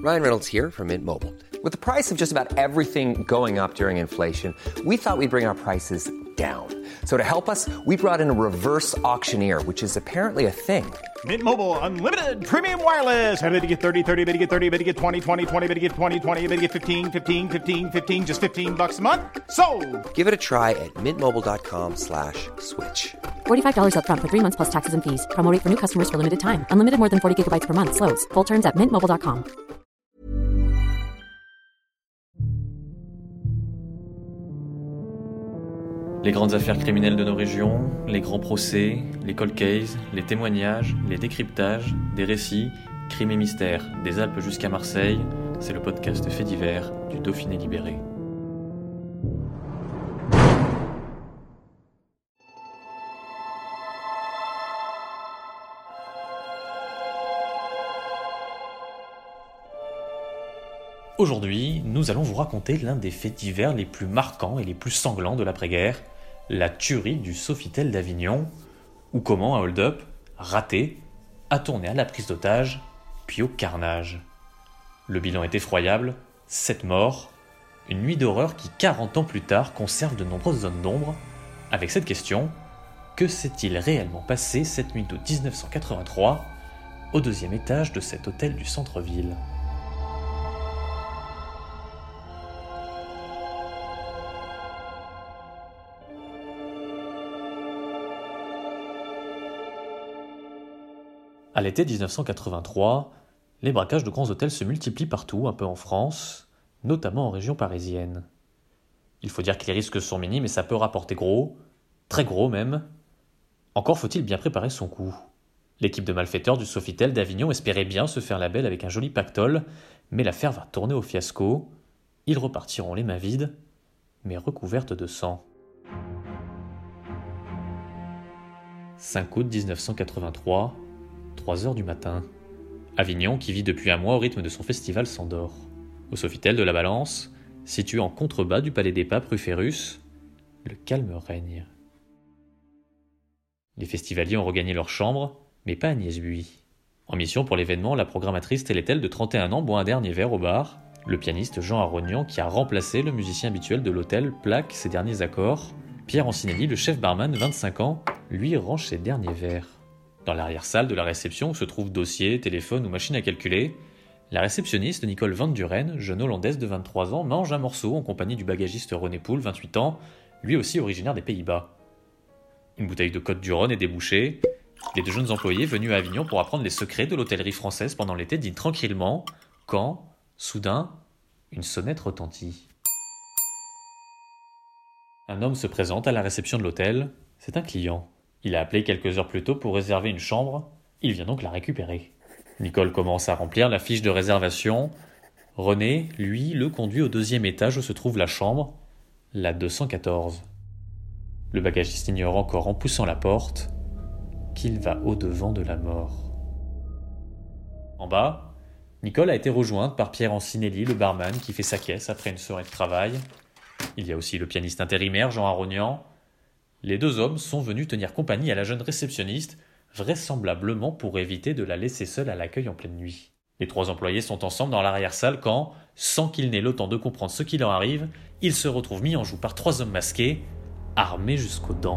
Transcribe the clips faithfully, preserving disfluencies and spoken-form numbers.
Ryan Reynolds here from Mint Mobile. With the price of just about everything going up during inflation, we thought we'd bring our prices down. So to help us, we brought in a reverse auctioneer, which is apparently a thing. Mint Mobile Unlimited Premium Wireless. How to get thirty, thirty, how to get thirty, how to get twenty, twenty, twenty, how to get twenty, twenty, how to get fifteen, fifteen, fifteen, fifteen, just fifteen bucks a month? Sold! Give it a try at mintmobile.com slash switch. forty-five dollars up front for three months plus taxes and fees. Promo rate for new customers for limited time. Unlimited more than forty gigabytes per month. Slows full terms at mint mobile dot com. Les grandes affaires criminelles de nos régions, les grands procès, les cold cases, les témoignages, les décryptages, des récits, crimes et mystères, des Alpes jusqu'à Marseille, c'est le podcast Faits divers du Dauphiné libéré. Aujourd'hui, nous allons vous raconter l'un des faits divers les plus marquants et les plus sanglants de l'après-guerre, la tuerie du Sofitel d'Avignon, ou comment un hold-up, raté, a tourné à la prise d'otage, puis au carnage. Le bilan est effroyable, sept morts, une nuit d'horreur qui, quarante ans plus tard, conserve de nombreuses zones d'ombre, avec cette question, que s'est-il réellement passé cette nuit d'août dix-neuf cent quatre-vingt-trois, au deuxième étage de cet hôtel du centre-ville ? À l'été dix-neuf cent quatre-vingt-trois, les braquages de grands hôtels se multiplient partout, un peu en France, notamment en région parisienne. Il faut dire que les risques sont minimes et ça peut rapporter gros, très gros même. Encore faut-il bien préparer son coup. L'équipe de malfaiteurs du Sofitel d'Avignon espérait bien se faire la belle avec un joli pactole, mais l'affaire va tourner au fiasco. Ils repartiront les mains vides, mais recouvertes de sang. cinq août dix-neuf cent quatre-vingt-trois, trois heures du matin. Avignon, qui vit depuis un mois au rythme de son festival, s'endort. Au Sofitel de la Balance, situé en contrebas du Palais des Papes rue Férus, le calme règne. Les festivaliers ont regagné leur chambre, mais pas Agnès Bui. En mission pour l'événement, la programmatrice Télétel de trente et un ans boit un dernier verre au bar. Le pianiste Jean Arognan, qui a remplacé le musicien habituel de l'hôtel, plaque ses derniers accords. Pierre Ancinelli, le chef barman, vingt-cinq ans, lui range ses derniers verres. Dans l'arrière-salle de la réception où se trouvent dossiers, téléphones ou machines à calculer, la réceptionniste Nicole Van Duren, jeune hollandaise de vingt-trois ans, mange un morceau en compagnie du bagagiste René Poul, vingt-huit ans, lui aussi originaire des Pays-Bas. Une bouteille de Côte-du-Rhône est débouchée. Les deux jeunes employés venus à Avignon pour apprendre les secrets de l'hôtellerie française pendant l'été dînent tranquillement, quand, soudain, une sonnette retentit. Un homme se présente à la réception de l'hôtel, c'est un client. Il a appelé quelques heures plus tôt pour réserver une chambre, il vient donc la récupérer. Nicole commence à remplir la fiche de réservation. René, lui, le conduit au deuxième étage où se trouve la chambre, la deux cent quatorze. Le bagagiste ignore encore en poussant la porte qu'il va au-devant de la mort. En bas, Nicole a été rejointe par Pierre Ancinelli, le barman, qui fait sa caisse après une soirée de travail. Il y a aussi le pianiste intérimaire Jean Arognan. Les deux hommes sont venus tenir compagnie à la jeune réceptionniste, vraisemblablement pour éviter de la laisser seule à l'accueil en pleine nuit. Les trois employés sont ensemble dans l'arrière-salle quand, sans qu'ils n'aient le temps de comprendre ce qui leur arrive, ils se retrouvent mis en joue par trois hommes masqués, armés jusqu'aux dents.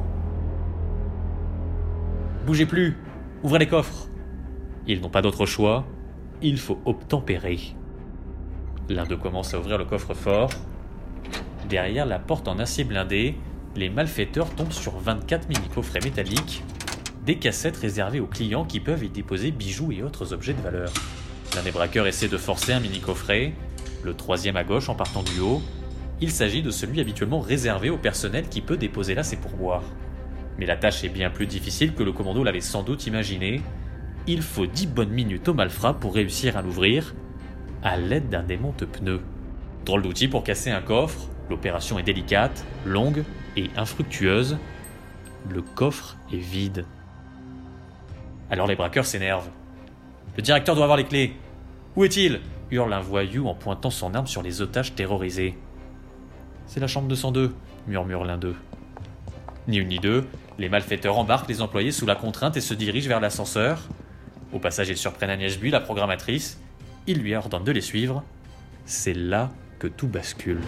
« Bougez plus, ouvrez les coffres !» Ils n'ont pas d'autre choix, il faut obtempérer. L'un d'eux commence à ouvrir le coffre-fort. Derrière la porte en acier blindé, les malfaiteurs tombent sur vingt-quatre mini-coffrets métalliques, des cassettes réservées aux clients qui peuvent y déposer bijoux et autres objets de valeur. L'un des braqueurs essaie de forcer un mini-coffret, le troisième à gauche en partant du haut. Il s'agit de celui habituellement réservé au personnel qui peut déposer là ses pourboires. Mais la tâche est bien plus difficile que le commando l'avait sans doute imaginé. Il faut dix bonnes minutes au malfrat pour réussir à l'ouvrir, à l'aide d'un démonte-pneus. Drôle d'outil pour casser un coffre, l'opération est délicate, longue et infructueuse. Le coffre est vide. Alors les braqueurs s'énervent. « Le directeur doit avoir les clés. Où est-il » hurle un voyou en pointant son arme sur les otages terrorisés. « C'est la chambre deux cent deux » murmure l'un d'eux. Ni une ni deux, les malfaiteurs embarquent les employés sous la contrainte et se dirigent vers l'ascenseur. Au passage, ils surprennent Agnès Bui, la programmatrice, Il lui ordonne de les suivre. C'est là que tout bascule.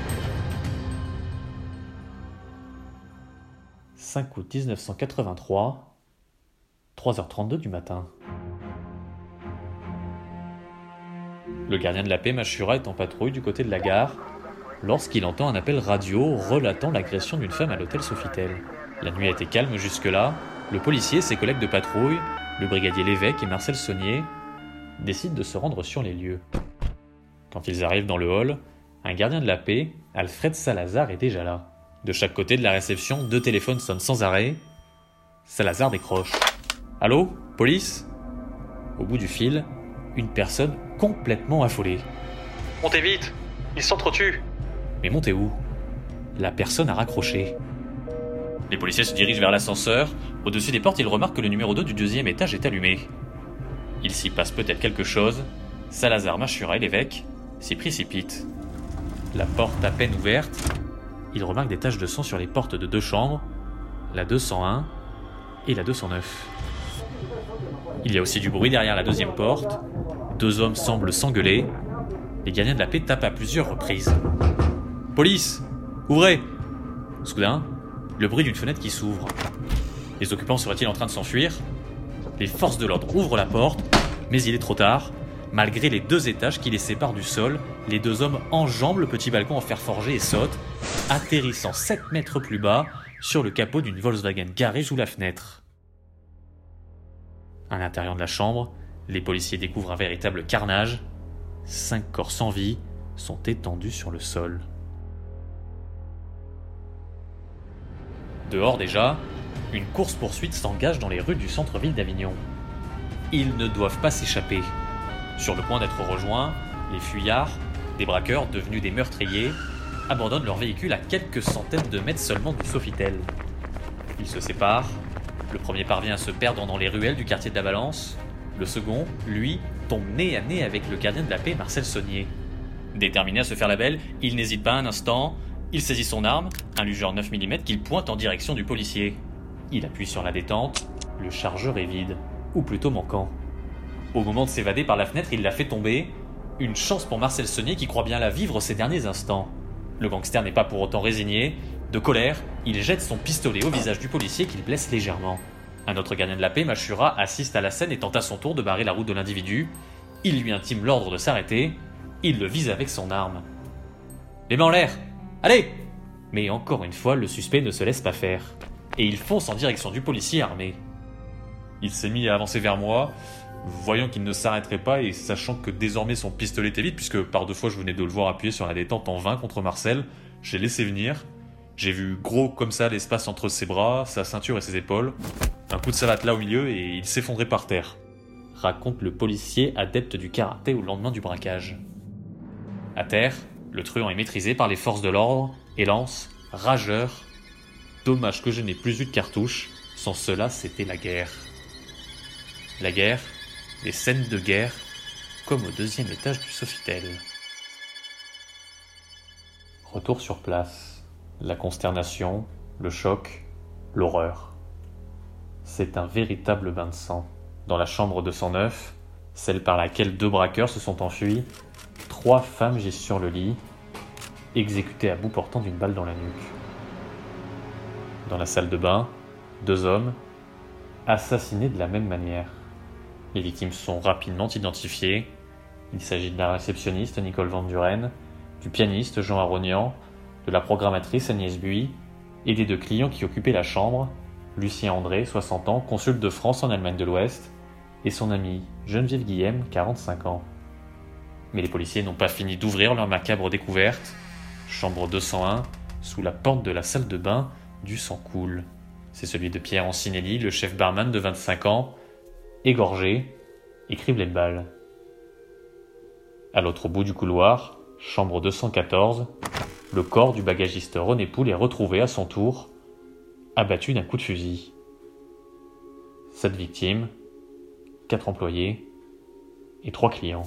cinq août dix-neuf cent quatre-vingt-trois, trois heures trente-deux du matin. Le gardien de la paix, Mashura, est en patrouille du côté de la gare lorsqu'il entend un appel radio relatant l'agression d'une femme à l'hôtel Sofitel. La nuit a été calme jusque-là. Le policier, ses collègues de patrouille, le brigadier Lévesque et Marcel Saunier décident de se rendre sur les lieux. Quand ils arrivent dans le hall, un gardien de la paix, Alfred Salazar, est déjà là. De chaque côté de la réception, deux téléphones sonnent sans arrêt. Salazar décroche. « Allô ? Police ?» Au bout du fil, une personne complètement affolée. « Montez vite ! Ils s'entretuent !» « Mais montez où ?» La personne a raccroché. Les policiers se dirigent vers l'ascenseur. Au-dessus des portes, ils remarquent que le numéro deux du deuxième étage est allumé. Il s'y passe peut-être quelque chose. Salazar, Mashura et Lévesque s'y précipitent. La porte à peine ouverte, ils remarquent des taches de sang sur les portes de deux chambres, la deux cent un et la deux cent neuf. Il y a aussi du bruit derrière la deuxième porte. Deux hommes semblent s'engueuler. Les gardiens de la paix tapent à plusieurs reprises. « Police ! Ouvrez !» Soudain, le bruit d'une fenêtre qui s'ouvre. Les occupants seraient-ils en train de s'enfuir ? Les forces de l'ordre ouvrent la porte, mais il est trop tard. Malgré les deux étages qui les séparent du sol, les deux hommes enjambent le petit balcon en fer forgé et sautent, atterrissant sept mètres plus bas sur le capot d'une Volkswagen garée sous la fenêtre. À l'intérieur de la chambre, les policiers découvrent un véritable carnage. Cinq corps sans vie sont étendus sur le sol. Dehors déjà, une course-poursuite s'engage dans les rues du centre-ville d'Avignon. Ils ne doivent pas s'échapper. Sur le point d'être rejoints, les fuyards, des braqueurs devenus des meurtriers, abandonnent leur véhicule à quelques centaines de mètres seulement du Sofitel. Ils se séparent. Le premier parvient à se perdre dans les ruelles du quartier de la Valence. Le second, lui, tombe nez à nez avec le gardien de la paix, Marcel Saunier. Déterminé à se faire la belle, il n'hésite pas un instant. Il saisit son arme, un Luger neuf millimètres qu'il pointe en direction du policier. Il appuie sur la détente. Le chargeur est vide, ou plutôt manquant. Au moment de s'évader par la fenêtre, il la fait tomber. Une chance pour Marcel Saunier qui croit bien la vivre ces derniers instants. Le gangster n'est pas pour autant résigné. De colère, il jette son pistolet au visage du policier qu'il blesse légèrement. Un autre gardien de la paix, Mashura, assiste à la scène et tente à son tour de barrer la route de l'individu. Il lui intime l'ordre de s'arrêter. Il le vise avec son arme. « Les mains en l'air ! Allez !» Mais encore une fois, le suspect ne se laisse pas faire. Et il fonce en direction du policier armé. Il s'est mis à avancer vers moi, voyant qu'il ne s'arrêterait pas et sachant que désormais son pistolet était vide, puisque par deux fois je venais de le voir appuyer sur la détente en vain contre Marcel, j'ai laissé venir. J'ai vu gros comme ça l'espace entre ses bras, sa ceinture et ses épaules. Un coup de savate là au milieu et il s'effondrait par terre. Raconte le policier adepte du karaté au lendemain du braquage. À terre, le truand est maîtrisé par les forces de l'ordre et lance, rageur. Dommage que je n'ai plus eu de cartouche, sans cela c'était la guerre. La guerre, les scènes de guerre, comme au deuxième étage du Sofitel. Retour sur place. La consternation, le choc, l'horreur. C'est un véritable bain de sang. Dans la chambre deux cent neuf, celle par laquelle deux braqueurs se sont enfuis, trois femmes gisent sur le lit, exécutées à bout portant d'une balle dans la nuque. Dans la salle de bain, deux hommes, assassinés de la même manière. Les victimes sont rapidement identifiées. Il s'agit de la réceptionniste Nicole Van Duren, du pianiste Jean Aronian, de la programmatrice Agnès Buis et des deux clients qui occupaient la chambre, Lucien André, soixante ans, consul de France en Allemagne de l'Ouest, et son amie Geneviève Guillem, quarante-cinq ans. Mais les policiers n'ont pas fini d'ouvrir leur macabre découverte. Chambre deux cent un, sous la porte de la salle de bain, du sang coule. C'est celui de Pierre Ancinelli, le chef barman de vingt-cinq ans, égorgé et criblé de balles. À l'autre bout du couloir, chambre deux cent quatorze, le corps du bagagiste René Poul est retrouvé à son tour, abattu d'un coup de fusil. Sept victimes, quatre employés et trois clients.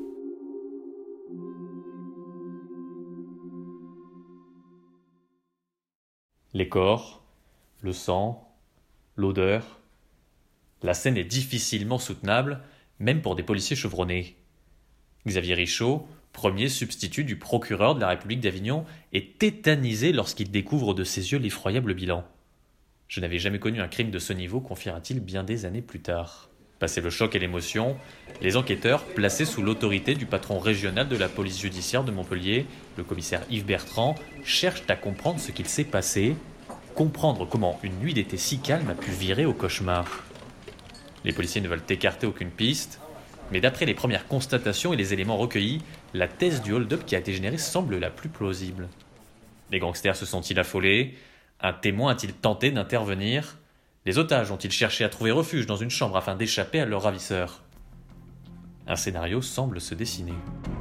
Les corps, le sang, l'odeur. La scène est difficilement soutenable, même pour des policiers chevronnés. Xavier Richaud, premier substitut du procureur de la République d'Avignon, est tétanisé lorsqu'il découvre de ses yeux l'effroyable bilan. « Je n'avais jamais connu un crime de ce niveau », confiera-t-il bien des années plus tard. Passé le choc et l'émotion, les enquêteurs, placés sous l'autorité du patron régional de la police judiciaire de Montpellier, le commissaire Yves Bertrand, cherchent à comprendre ce qu'il s'est passé, comprendre comment une nuit d'été si calme a pu virer au cauchemar. Les policiers ne veulent écarter aucune piste, mais d'après les premières constatations et les éléments recueillis, la thèse du hold-up qui a été générée semble la plus plausible. Les gangsters se sont-ils affolés ? Un témoin a-t-il tenté d'intervenir ? Les otages ont-ils cherché à trouver refuge dans une chambre afin d'échapper à leurs ravisseurs ? Un scénario semble se dessiner.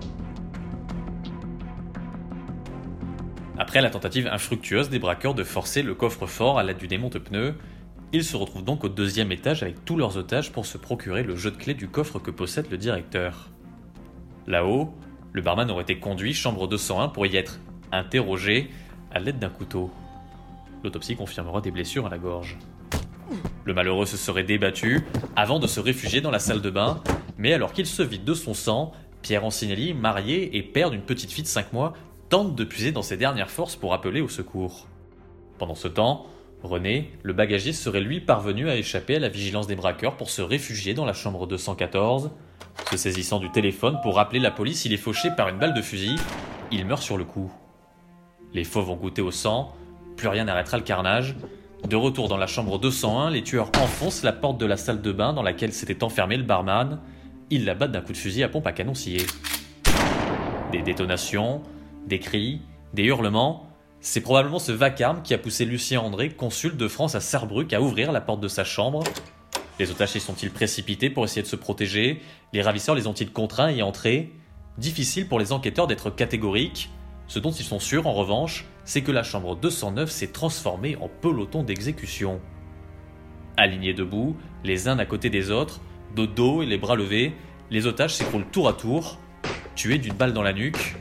Après la tentative infructueuse des braqueurs de forcer le coffre-fort à l'aide du démonte-pneus, ils se retrouvent donc au deuxième étage avec tous leurs otages pour se procurer le jeu de clé du coffre que possède le directeur. Là-haut, le barman aurait été conduit chambre deux cent un pour y être interrogé à l'aide d'un couteau. L'autopsie confirmera des blessures à la gorge. Le malheureux se serait débattu avant de se réfugier dans la salle de bain, mais alors qu'il se vide de son sang, Pierre Ancinelli, marié et père d'une petite fille de cinq mois, tente de puiser dans ses dernières forces pour appeler au secours. Pendant ce temps, René, le bagagiste, serait lui parvenu à échapper à la vigilance des braqueurs pour se réfugier dans la chambre deux cent quatorze. Se saisissant du téléphone pour appeler la police, il est fauché par une balle de fusil. Il meurt sur le coup. Les fauves vont goûter au sang, plus rien n'arrêtera le carnage. De retour dans la chambre deux cent un, les tueurs enfoncent la porte de la salle de bain dans laquelle s'était enfermé le barman. Ils l'abattent d'un coup de fusil à pompe à canon scié. Des détonations, des cris, des hurlements. C'est probablement ce vacarme qui a poussé Lucien André, consul de France à Sarrebruck, à ouvrir la porte de sa chambre. Les otages s'y sont-ils précipités pour essayer de se protéger ? Les ravisseurs les ont-ils contraints à y entrer ? Difficile pour les enquêteurs d'être catégoriques. Ce dont ils sont sûrs, en revanche, c'est que la chambre deux cent neuf s'est transformée en peloton d'exécution. Alignés debout, les uns à côté des autres, de dos et les bras levés, les otages s'écroulent tour à tour, tués d'une balle dans la nuque,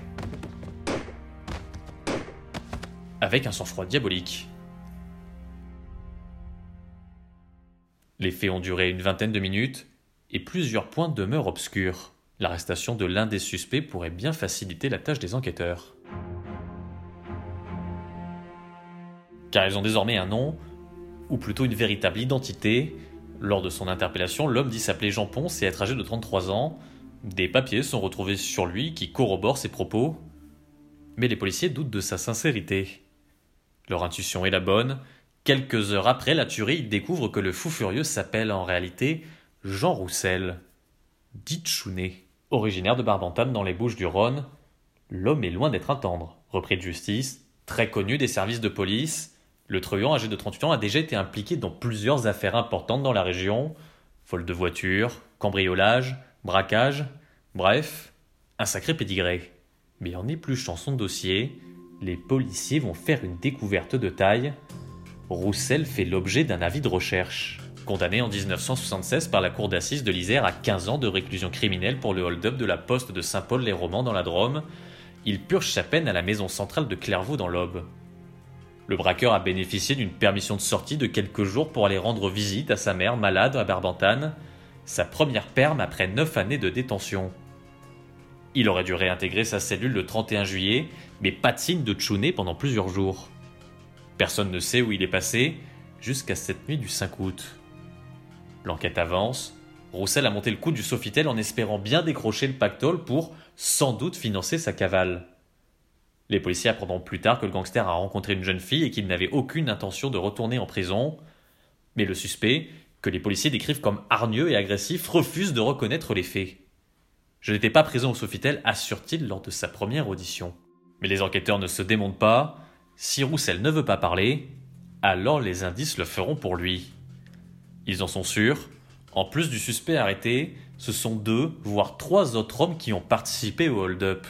avec un sang-froid diabolique. Les faits ont duré une vingtaine de minutes et plusieurs points demeurent obscurs. L'arrestation de l'un des suspects pourrait bien faciliter la tâche des enquêteurs. Car ils ont désormais un nom, ou plutôt une véritable identité. Lors de son interpellation, l'homme dit s'appeler Jean Ponce et être âgé de trente-trois ans. Des papiers sont retrouvés sur lui qui corroborent ses propos. Mais les policiers doutent de sa sincérité. Leur intuition est la bonne. Quelques heures après la tuerie, ils découvrent que le fou furieux s'appelle en réalité Jean Roussel, dit Chounet. Originaire de Barbentane dans les Bouches-du-Rhône, l'homme est loin d'être un tendre. Repris de justice, très connu des services de police, le truand âgé de trente-huit ans a déjà été impliqué dans plusieurs affaires importantes dans la région. Vol de voitures, cambriolage, braquage, bref, un sacré pédigré. Mais en épluchant son dossier, les policiers vont faire une découverte de taille. Roussel fait l'objet d'un avis de recherche. Condamné en dix-neuf cent soixante-seize par la cour d'assises de l'Isère à quinze ans de réclusion criminelle pour le hold-up de la poste de Saint-Paul-les-Romans dans la Drôme, il purge sa peine à la maison centrale de Clairvaux dans l'Aube. Le braqueur a bénéficié d'une permission de sortie de quelques jours pour aller rendre visite à sa mère malade à Barbentane, sa première perme après neuf années de détention. Il aurait dû réintégrer sa cellule le trente et un juillet, mais pas de signe de Chounet pendant plusieurs jours. Personne ne sait où il est passé, jusqu'à cette nuit du cinq août. L'enquête avance. Roussel a monté le coup du Sofitel en espérant bien décrocher le pactole pour, sans doute, financer sa cavale. Les policiers apprendront plus tard que le gangster a rencontré une jeune fille et qu'il n'avait aucune intention de retourner en prison. Mais le suspect, que les policiers décrivent comme hargneux et agressif, refuse de reconnaître les faits. « Je n'étais pas présent au Sofitel », assure-t-il lors de sa première audition. Mais les enquêteurs ne se démontent pas. Si Roussel ne veut pas parler, alors les indices le feront pour lui. Ils en sont sûrs. En plus du suspect arrêté, ce sont deux, voire trois autres hommes qui ont participé au hold-up.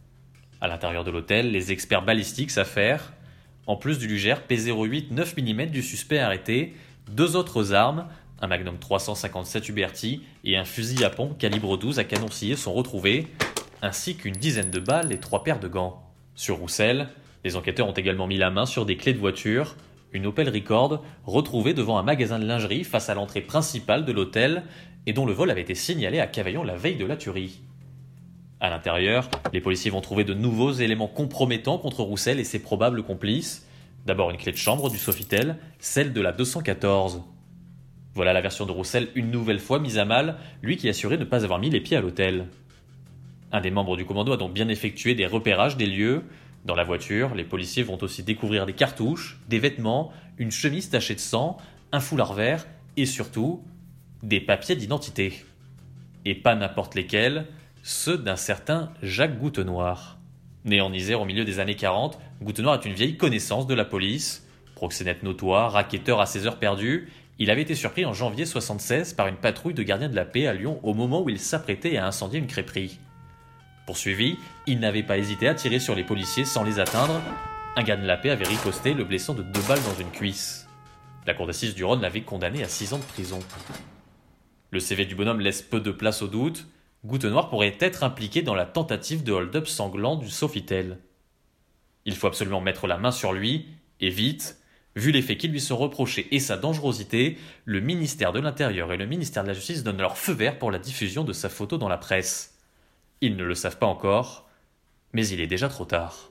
À l'intérieur de l'hôtel, les experts balistiques s'affairent. En plus du lugère P zéro huit neuf millimètres du suspect arrêté, deux autres armes, un Magnum trois cent cinquante-sept Uberti et un fusil à pompe calibre douze à canon scié sont retrouvés, ainsi qu'une dizaine de balles et trois paires de gants. Sur Roussel, les enquêteurs ont également mis la main sur des clés de voiture, une Opel Record retrouvée devant un magasin de lingerie face à l'entrée principale de l'hôtel et dont le vol avait été signalé à Cavaillon la veille de la tuerie. À l'intérieur, les policiers vont trouver de nouveaux éléments compromettants contre Roussel et ses probables complices. D'abord une clé de chambre du Sofitel, celle de la deux cent quatorze. Voilà la version de Roussel une nouvelle fois mise à mal, lui qui assurait ne pas avoir mis les pieds à l'hôtel. Un des membres du commando a donc bien effectué des repérages des lieux. Dans la voiture, les policiers vont aussi découvrir des cartouches, des vêtements, une chemise tachée de sang, un foulard vert et surtout des papiers d'identité. Et pas n'importe lesquels, ceux d'un certain Jacques Goutenoir. Né en Isère au milieu des années quarante, Goutenoir est une vieille connaissance de la police. Proxénète notoire, racketteur à ses heures perdues, il avait été surpris en janvier soixante-seize par une patrouille de gardiens de la paix à Lyon au moment où il s'apprêtait à incendier une crêperie. Poursuivi, il n'avait pas hésité à tirer sur les policiers sans les atteindre. Un gardien de la paix avait riposté, le blessant de deux balles dans une cuisse. La cour d'assises du Rhône l'avait condamné à six ans de prison. Le C V du bonhomme laisse peu de place au doute. Goutenoir pourrait être impliqué dans la tentative de hold-up sanglant du Sofitel. Il faut absolument mettre la main sur lui, et vite. Vu les faits qui lui sont reprochés et sa dangerosité, le ministère de l'Intérieur et le ministère de la Justice donnent leur feu vert pour la diffusion de sa photo dans la presse. Ils ne le savent pas encore, mais il est déjà trop tard.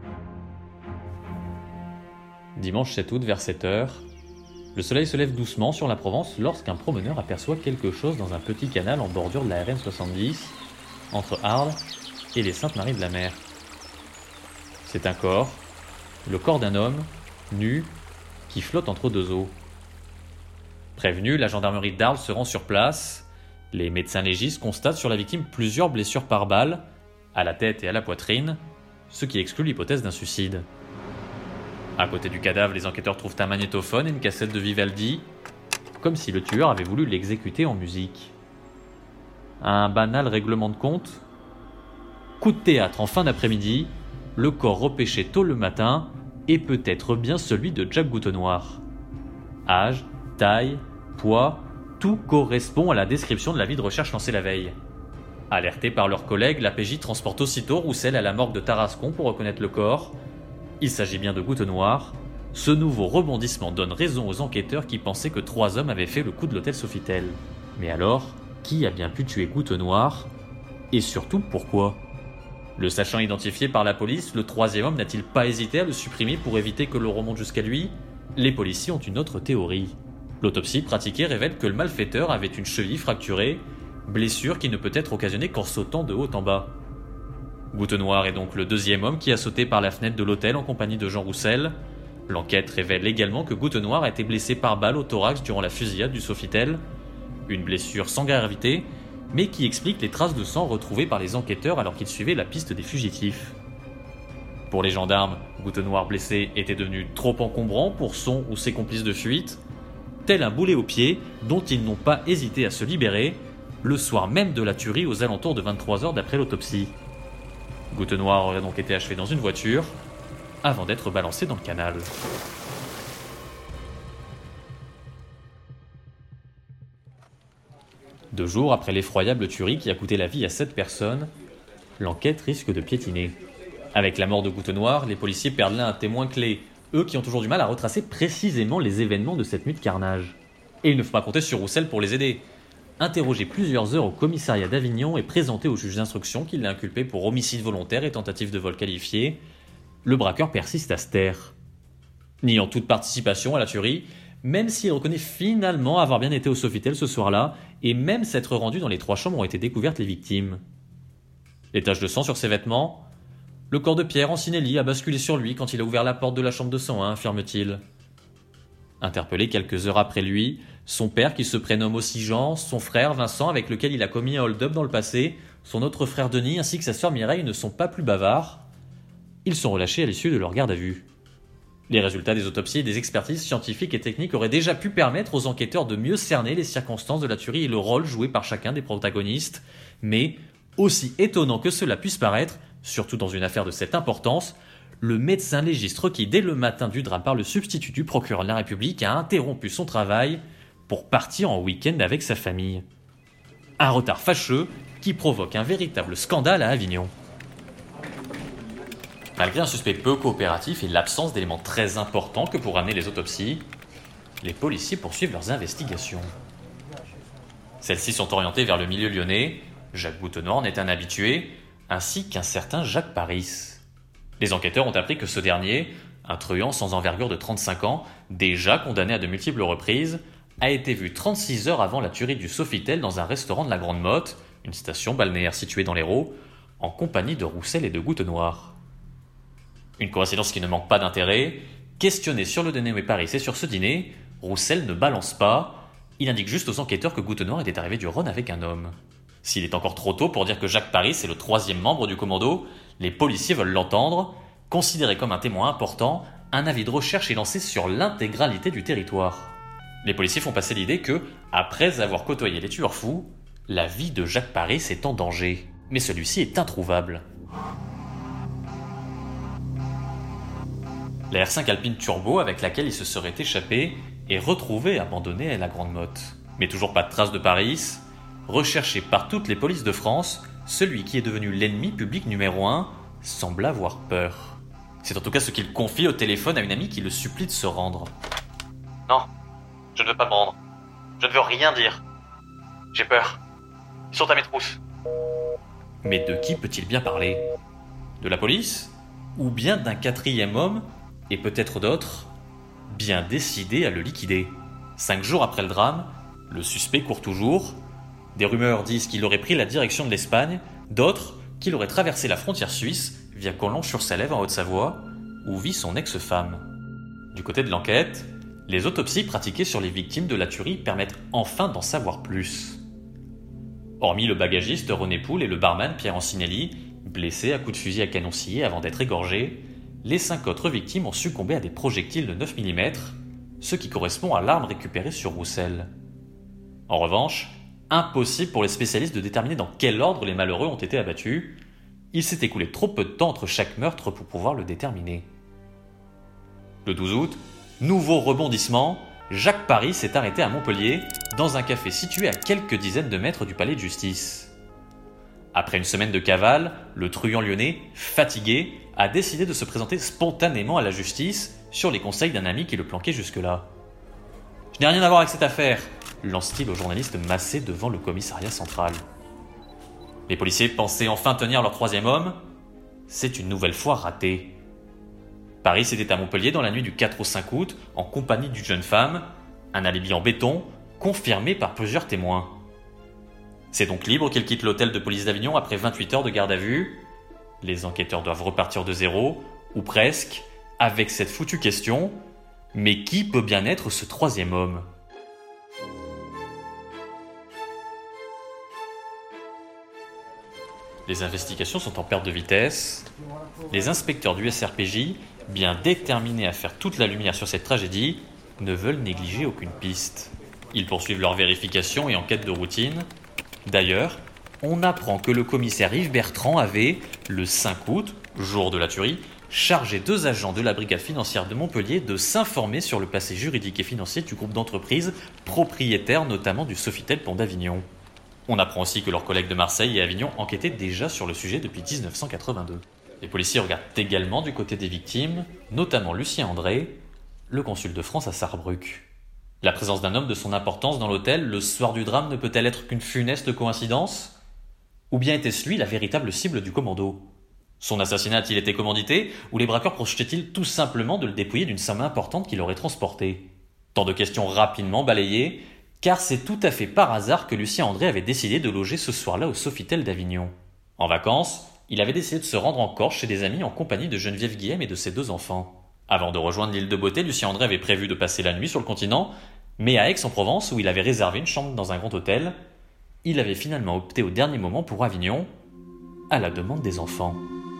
Dimanche sept août vers sept heures, le soleil se lève doucement sur la Provence lorsqu'un promeneur aperçoit quelque chose dans un petit canal en bordure de la R N soixante-dix, entre Arles et les Saintes-Maries de la Mer. C'est un corps, le corps d'un homme, nu, qui flotte entre deux eaux. Prévenu, la gendarmerie d'Arles se rend sur place. Les médecins légistes constatent sur la victime plusieurs blessures par balle, à la tête et à la poitrine, ce qui exclut l'hypothèse d'un suicide. À côté du cadavre, les enquêteurs trouvent un magnétophone et une cassette de Vivaldi, comme si le tueur avait voulu l'exécuter en musique. Un banal règlement de compte ? Coup de théâtre en fin d'après-midi, le corps repêché tôt le matin est peut-être bien celui de Jacques Goutenoir. Âge, taille, poids, tout correspond à la description de l'avis de recherche lancé la veille. Alerté par leurs collègues, l'A P J transporte aussitôt Roussel à la morgue de Tarascon pour reconnaître le corps. Il s'agit bien de Goutenoir. Ce nouveau rebondissement donne raison aux enquêteurs qui pensaient que trois hommes avaient fait le coup de l'hôtel Sofitel. Mais alors, qui a bien pu tuer Goutenoir ? Et surtout, pourquoi ? Le sachant identifié par la police, le troisième homme n'a-t-il pas hésité à le supprimer pour éviter que l'on remonte jusqu'à lui ? Les policiers ont une autre théorie. L'autopsie pratiquée révèle que le malfaiteur avait une cheville fracturée, blessure qui ne peut être occasionnée qu'en sautant de haut en bas. Goutenoir est donc le deuxième homme qui a sauté par la fenêtre de l'hôtel en compagnie de Jean Roussel. L'enquête révèle également que Goutenoir a été blessé par balle au thorax durant la fusillade du Sofitel. Une blessure sans gravité, mais qui explique les traces de sang retrouvées par les enquêteurs alors qu'ils suivaient la piste des fugitifs. Pour les gendarmes, Goutenoir blessé était devenu trop encombrant pour son ou ses complices de fuite, tel un boulet au pied dont ils n'ont pas hésité à se libérer, le soir même de la tuerie aux alentours de vingt-trois heures d'après l'autopsie. Goutenoir aurait donc été achevé dans une voiture, avant d'être balancé dans le canal. Deux jours après l'effroyable tuerie qui a coûté la vie à sept personnes, l'enquête risque de piétiner. Avec la mort de Goutenoir, les policiers perdent là un témoin clé, eux qui ont toujours du mal à retracer précisément les événements de cette nuit de carnage. Et il ne faut pas compter sur Roussel pour les aider. Interrogé plusieurs heures au commissariat d'Avignon et présenté au juge d'instruction qui l'a inculpé pour homicide volontaire et tentative de vol qualifié, le braqueur persiste à se taire. Niant toute participation à la tuerie, même s'il reconnaît finalement avoir bien été au Sofitel ce soir-là, et même s'être rendu dans les trois chambres où ont été découvertes les victimes. Les taches de sang sur ses vêtements ? Le corps de Pierre Ancinelli a basculé sur lui quand il a ouvert la porte de la chambre deux cent un, affirme-t-il. Interpellé quelques heures après lui, son père qui se prénomme aussi Jean, son frère Vincent avec lequel il a commis un hold-up dans le passé, son autre frère Denis ainsi que sa sœur Mireille ne sont pas plus bavards. Ils sont relâchés à l'issue de leur garde à vue. Les résultats des autopsies et des expertises scientifiques et techniques auraient déjà pu permettre aux enquêteurs de mieux cerner les circonstances de la tuerie et le rôle joué par chacun des protagonistes, mais, aussi étonnant que cela puisse paraître, surtout dans une affaire de cette importance, le médecin légiste requis dès le matin du drame par le substitut du procureur de la République a interrompu son travail pour partir en week-end avec sa famille. Un retard fâcheux qui provoque un véritable scandale à Avignon. Malgré un suspect peu coopératif et l'absence d'éléments très importants que pour amener les autopsies, les policiers poursuivent leurs investigations. Celles-ci sont orientées vers le milieu lyonnais. Jacques Goutenoir n'est un habitué. ainsi qu'un certain Jacques Paris. Les enquêteurs ont appris que ce dernier, un truand sans envergure de trente-cinq ans, déjà condamné à de multiples reprises, a été vu trente-six heures avant la tuerie du Sofitel dans un restaurant de la Grande Motte, une station balnéaire située dans l'Hérault, en compagnie de Roussel et de Goutenoir. Une coïncidence qui ne manque pas d'intérêt. Questionné sur le dénommé Paris et sur ce dîner, Roussel ne balance pas, il indique juste aux enquêteurs que Goutenoir était arrivé du Rhône avec un homme. S'il est encore trop tôt pour dire que Jacques Paris est le troisième membre du commando, les policiers veulent l'entendre. Considéré comme un témoin important, un avis de recherche est lancé sur l'intégralité du territoire. Les policiers font passer l'idée que, après avoir côtoyé les tueurs fous, la vie de Jacques Paris est en danger. Mais celui-ci est introuvable. La R cinq Alpine Turbo avec laquelle il se serait échappé est retrouvée abandonnée à la Grande Motte. Mais toujours pas de trace de Paris. Recherché par toutes les polices de France, celui qui est devenu l'ennemi public numéro un semble avoir peur. C'est en tout cas ce qu'il confie au téléphone à une amie qui le supplie de se rendre. « Non, je ne veux pas me rendre. Je ne veux rien dire. J'ai peur. Ils sont à mes trousses. » Mais de qui peut-il bien parler ? De la police ? Ou bien d'un quatrième homme, et peut-être d'autres, bien décidés à le liquider ? Cinq jours après le drame, le suspect court toujours. Des rumeurs disent qu'il aurait pris la direction de l'Espagne, d'autres qu'il aurait traversé la frontière suisse via Collonges-sur-Salève en Haute-Savoie, où vit son ex-femme. Du côté de l'enquête, les autopsies pratiquées sur les victimes de la tuerie permettent enfin d'en savoir plus. Hormis le bagagiste René Poul et le barman Pierre Ancinelli, blessés à coups de fusil à canon scié avant d'être égorgés, les cinq autres victimes ont succombé à des projectiles de neuf millimètres, ce qui correspond à l'arme récupérée sur Roussel. En revanche, impossible pour les spécialistes de déterminer dans quel ordre les malheureux ont été abattus. Il s'est écoulé trop peu de temps entre chaque meurtre pour pouvoir le déterminer. Le douze août, nouveau rebondissement, Jacques Paris s'est arrêté à Montpellier, dans un café situé à quelques dizaines de mètres du palais de justice. Après une semaine de cavale, le truand lyonnais, fatigué, a décidé de se présenter spontanément à la justice sur les conseils d'un ami qui le planquait jusque-là. « Je n'ai rien à voir avec cette affaire », lance-t-il au journaliste massé devant le commissariat central. Les policiers pensaient enfin tenir leur troisième homme. C'est une nouvelle fois raté. Paris était à Montpellier dans la nuit du quatre au cinq août en compagnie d'une jeune femme, un alibi en béton, confirmé par plusieurs témoins. C'est donc libre qu'il quitte l'hôtel de police d'Avignon après vingt-huit heures de garde à vue. Les enquêteurs doivent repartir de zéro, ou presque, avec cette foutue question, mais qui peut bien être ce troisième homme ? Les investigations sont en perte de vitesse. Les inspecteurs du S R P J, bien déterminés à faire toute la lumière sur cette tragédie, ne veulent négliger aucune piste. Ils poursuivent leur vérification et enquête de routine. D'ailleurs, on apprend que le commissaire Yves Bertrand avait, le cinq août, jour de la tuerie, chargé deux agents de la brigade financière de Montpellier de s'informer sur le passé juridique et financier du groupe d'entreprises, propriétaire notamment du Sofitel Pont d'Avignon. On apprend aussi que leurs collègues de Marseille et Avignon enquêtaient déjà sur le sujet depuis dix-neuf cent quatre-vingt-deux. Les policiers regardent également du côté des victimes, notamment Lucien André, le consul de France à Sarrebruck. La présence d'un homme de son importance dans l'hôtel le soir du drame ne peut-elle être qu'une funeste coïncidence ? Ou bien était-ce lui la véritable cible du commando ? Son assassinat a-t-il été commandité, ou les braqueurs projetaient-ils tout simplement de le dépouiller d'une somme importante qu'il aurait transportée ? Tant de questions rapidement balayées, car c'est tout à fait par hasard que Lucien André avait décidé de loger ce soir-là au Sofitel d'Avignon. En vacances, il avait décidé de se rendre en Corse chez des amis en compagnie de Geneviève Guillem et de ses deux enfants. Avant de rejoindre l'île de Beauté, Lucien André avait prévu de passer la nuit sur le continent, mais à Aix-en-Provence, où il avait réservé une chambre dans un grand hôtel, il avait finalement opté au dernier moment pour Avignon, à la demande des enfants.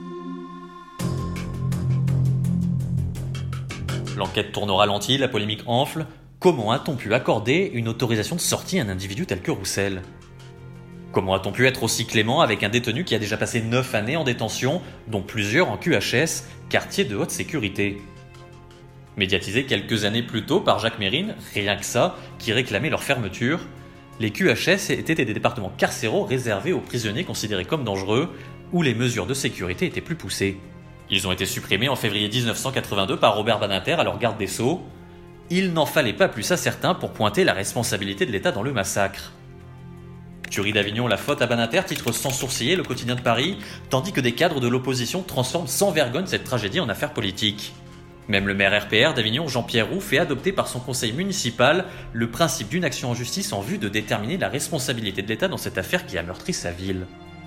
L'enquête tourne au ralenti, la polémique enfle. Comment a-t-on pu accorder une autorisation de sortie à un individu tel que Roussel ? Comment a-t-on pu être aussi clément avec un détenu qui a déjà passé neuf années en détention, dont plusieurs en Q H S, quartier de haute sécurité ? Médiatisés quelques années plus tôt par Jacques Mérine, rien que ça, qui réclamait leur fermeture, les Q H S étaient des départements carcéraux réservés aux prisonniers considérés comme dangereux, où les mesures de sécurité étaient plus poussées. Ils ont été supprimés en février dix-neuf cent quatre-vingt-deux par Robert Badinter, alors garde des Sceaux. Il n'en fallait pas plus à certains pour pointer la responsabilité de l'État dans le massacre. Tuerie d'Avignon, la faute à Badinter titre sans sourciller le quotidien de Paris, tandis que des cadres de l'opposition transforment sans vergogne cette tragédie en affaire politique. Même le maire R P R d'Avignon, Jean-Pierre Roux, fait adopter par son conseil municipal le principe d'une action en justice en vue de déterminer la responsabilité de l'État dans cette affaire qui a meurtri sa ville.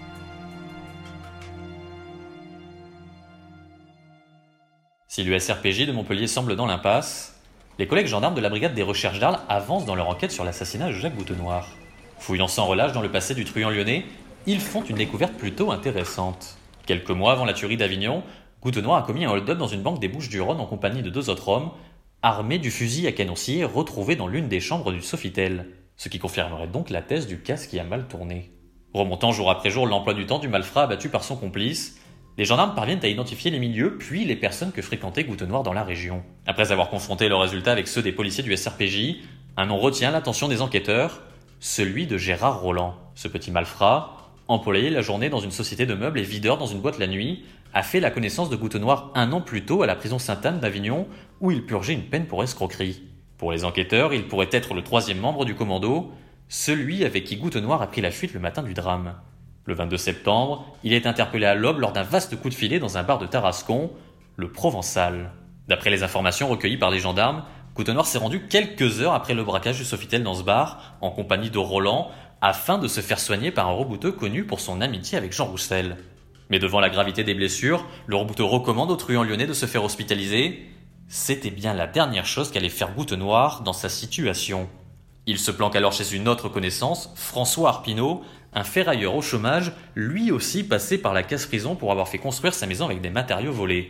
Si l'U S R P J de Montpellier semble dans l'impasse, les collègues gendarmes de la brigade des recherches d'Arles avancent dans leur enquête sur l'assassinat de Jacques Goutenoir. Fouillant sans relâche dans le passé du truand lyonnais, ils font une découverte plutôt intéressante. Quelques mois avant la tuerie d'Avignon, Goutenoir a commis un hold-up dans une banque des Bouches-du-Rhône en compagnie de deux autres hommes, armés du fusil à canoncier retrouvé dans l'une des chambres du Sofitel, ce qui confirmerait donc la thèse du casse qui a mal tourné. Remontant jour après jour l'emploi du temps du malfrat abattu par son complice, les gendarmes parviennent à identifier les milieux puis les personnes que fréquentait Goutenoir dans la région. Après avoir confronté leurs résultats avec ceux des policiers du S R P J, un nom retient l'attention des enquêteurs, celui de Gérard Roland. Ce petit malfrat, employé la journée dans une société de meubles et videur dans une boîte la nuit, a fait la connaissance de Goutenoir un an plus tôt à la prison Sainte-Anne d'Avignon où il purgeait une peine pour escroquerie. Pour les enquêteurs, il pourrait être le troisième membre du commando, celui avec qui Goutenoir a pris la fuite le matin du drame. Le vingt-deux septembre, il est interpellé à l'aube lors d'un vaste coup de filet dans un bar de Tarascon, le Provençal. D'après les informations recueillies par les gendarmes, Goutenoir s'est rendu quelques heures après le braquage du Sofitel dans ce bar, en compagnie de Roland, afin de se faire soigner par un rebouteux connu pour son amitié avec Jean Roussel. Mais devant la gravité des blessures, le rebouteux recommande au truand lyonnais de se faire hospitaliser. C'était bien la dernière chose qu'allait faire Goutenoir dans sa situation. Il se planque alors chez une autre connaissance, François Arpinot, un ferrailleur au chômage, lui aussi passé par la casse-prison pour avoir fait construire sa maison avec des matériaux volés.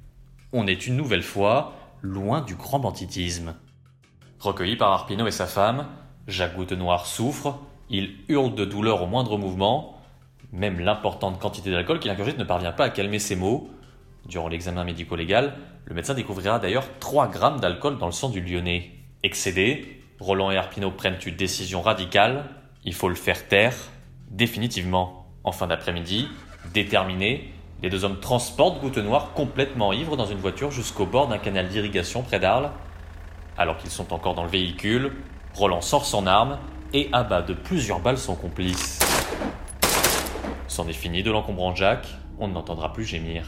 On est une nouvelle fois loin du grand banditisme. Recueilli par Arpinot et sa femme, Jacques Goutenoir souffre, il hurle de douleur au moindre mouvement, même l'importante quantité d'alcool qu'il ingurgite ne parvient pas à calmer ses maux. Durant l'examen médico-légal, le médecin découvrira d'ailleurs trois grammes d'alcool dans le sang du Lyonnais. Excédés, Roland et Arpinot prennent une décision radicale, il faut le faire taire, définitivement. En fin d'après-midi, déterminés, les deux hommes transportent Goutenoir complètement ivre dans une voiture jusqu'au bord d'un canal d'irrigation près d'Arles. Alors qu'ils sont encore dans le véhicule, Roland sort son arme et abat de plusieurs balles son complice. C'en est fini de l'encombrant Jacques, on ne l'entendra plus gémir.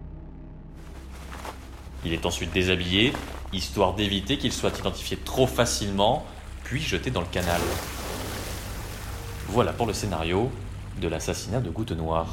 Il est ensuite déshabillé, histoire d'éviter qu'il soit identifié trop facilement, puis jeté dans le canal. Voilà pour le scénario de l'assassinat de Goutenoir.